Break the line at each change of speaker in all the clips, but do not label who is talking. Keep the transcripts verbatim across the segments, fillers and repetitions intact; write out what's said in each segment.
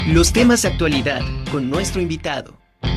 Los temas de actualidad con nuestro invitado.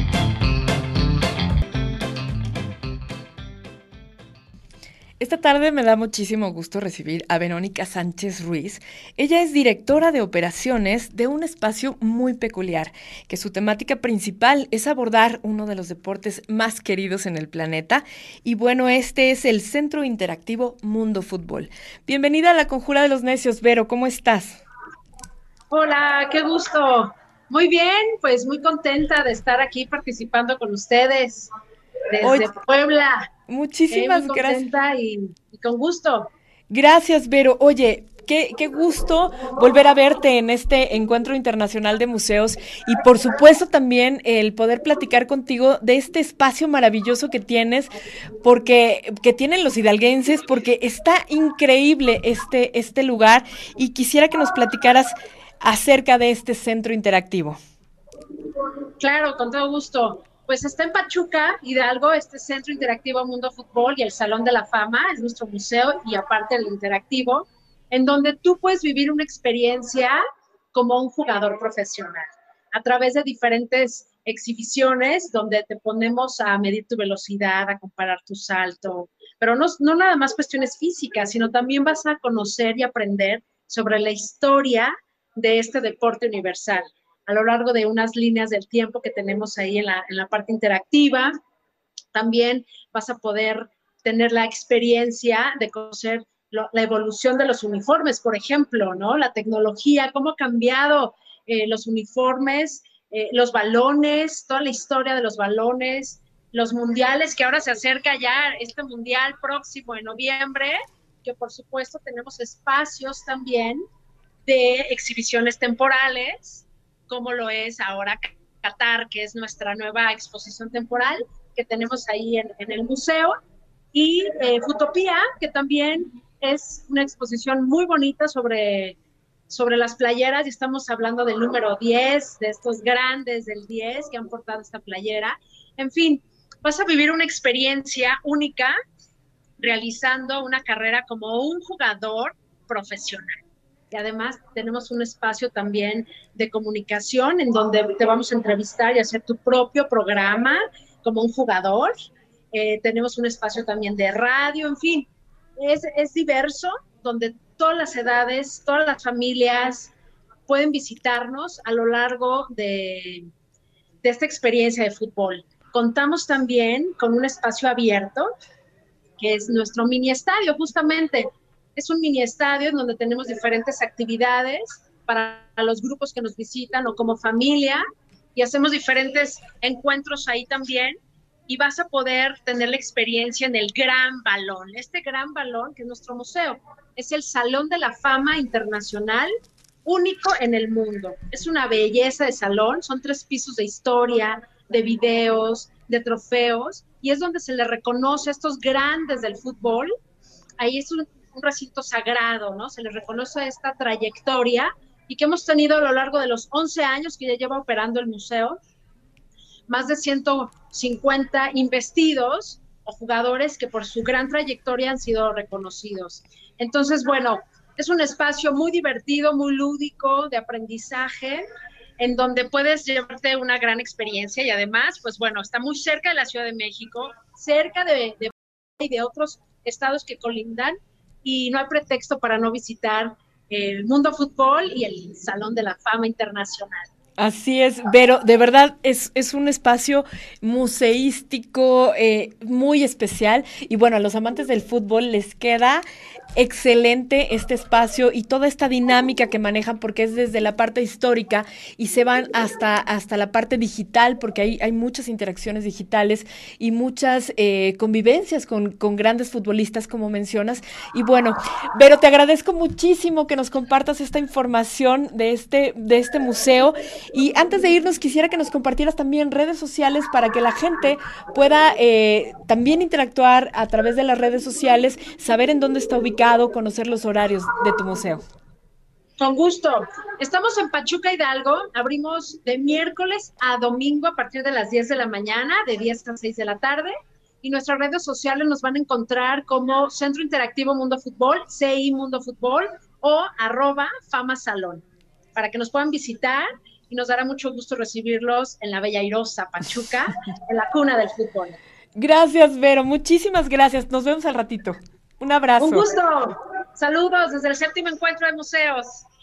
Esta tarde me da muchísimo gusto recibir a Verónica Sánchez Ruiz. Ella es directora de operaciones de un espacio muy peculiar, que su temática principal es abordar uno de los deportes más queridos en el planeta. Y bueno, este es el Centro Interactivo Mundo Fútbol. Bienvenida a La Conjura de los Necios, Vero, ¿cómo estás?
Hola, qué gusto. Muy bien, pues muy contenta de estar aquí participando con ustedes desde
Oye,
Puebla. Eh, muy
muchísimas gracias.
contenta y, y con gusto.
Gracias, Vero. Oye, qué, qué gusto volver a verte en este Encuentro Internacional de Museos y por supuesto también el poder platicar contigo de este espacio maravilloso que tienes, porque que tienen los hidalguenses, porque está increíble este, este lugar y quisiera que nos platicaras acerca de este centro interactivo.
Claro, con todo gusto. Pues está en Pachuca, Hidalgo, este Centro Interactivo Mundo Fútbol y el Salón de la Fama, es nuestro museo y aparte el interactivo, en donde tú puedes vivir una experiencia como un jugador profesional, a través de diferentes exhibiciones donde te ponemos a medir tu velocidad, a comparar tu salto, pero no, no nada más cuestiones físicas, sino también vas a conocer y aprender sobre la historia de este deporte universal a lo largo de unas líneas del tiempo que tenemos ahí en la, en la parte interactiva. También vas a poder tener la experiencia de conocer lo, la evolución de los uniformes, por ejemplo, ¿no? La tecnología, cómo ha cambiado eh, los uniformes, eh, los balones, toda la historia de los balones, los mundiales, que ahora se acerca ya este mundial próximo en noviembre, que por supuesto tenemos espacios también de exhibiciones temporales, como lo es ahora Qatar, que es nuestra nueva exposición temporal que tenemos ahí en, en el museo, y eh, Futopía, que también es una exposición muy bonita sobre, sobre las playeras, y estamos hablando del número diez, de estos grandes del diez que han portado esta playera. En fin, vas a vivir una experiencia única realizando una carrera como un jugador profesional. Y además tenemos un espacio también de comunicación en donde te vamos a entrevistar y hacer tu propio programa como un jugador. Eh, tenemos un espacio también de radio, en fin, es, es diverso, donde todas las edades, todas las familias pueden visitarnos a lo largo de, de esta experiencia de fútbol. Contamos también con un espacio abierto, que es nuestro mini estadio, justamente. Es un mini estadio en donde tenemos diferentes actividades para los grupos que nos visitan o como familia, y hacemos diferentes encuentros ahí también, y vas a poder tener la experiencia en el Gran Balón. Este Gran Balón, que es nuestro museo, es el Salón de la Fama Internacional, único en el mundo. Es una belleza de salón, son tres pisos de historia, de videos, de trofeos, y es donde se le reconoce a estos grandes del fútbol. Ahí es un, un recinto sagrado, ¿no? Se les reconoce esta trayectoria y que hemos tenido a lo largo de los once años que ya lleva operando el museo, más de ciento cincuenta investidos o jugadores que por su gran trayectoria han sido reconocidos. Entonces, bueno, es un espacio muy divertido, muy lúdico, de aprendizaje, en donde puedes llevarte una gran experiencia y además, pues bueno, está muy cerca de la Ciudad de México, cerca de, de, y de otros estados que colindan, y no hay pretexto para no visitar el Mundo Fútbol y el Salón de la Fama Internacional.
Así es, Vero, de verdad es, es un espacio museístico eh, muy especial y bueno, a los amantes del fútbol les queda excelente este espacio y toda esta dinámica que manejan porque es desde la parte histórica y se van hasta, hasta la parte digital porque hay, hay muchas interacciones digitales y muchas eh, convivencias con, con grandes futbolistas como mencionas. Y bueno, Vero, te agradezco muchísimo que nos compartas esta información de este, de este museo. Y antes de irnos, quisiera que nos compartieras también redes sociales para que la gente pueda eh, también interactuar a través de las redes sociales, saber en dónde está ubicado, conocer los horarios de tu museo.
Con gusto. Estamos en Pachuca, Hidalgo. Abrimos de miércoles a domingo a partir de las diez de la mañana, de diez a seis de la tarde. Y nuestras redes sociales nos van a encontrar como Centro Interactivo Mundo Fútbol, C I Mundo Fútbol o arroba Fama Salón, para que nos puedan visitar y nos dará mucho gusto recibirlos en la bella airosa Pachuca, en la cuna del fútbol.
Gracias, Vero, muchísimas gracias. Nos vemos al ratito. Un abrazo.
Un gusto. Saludos desde el séptimo encuentro de museos.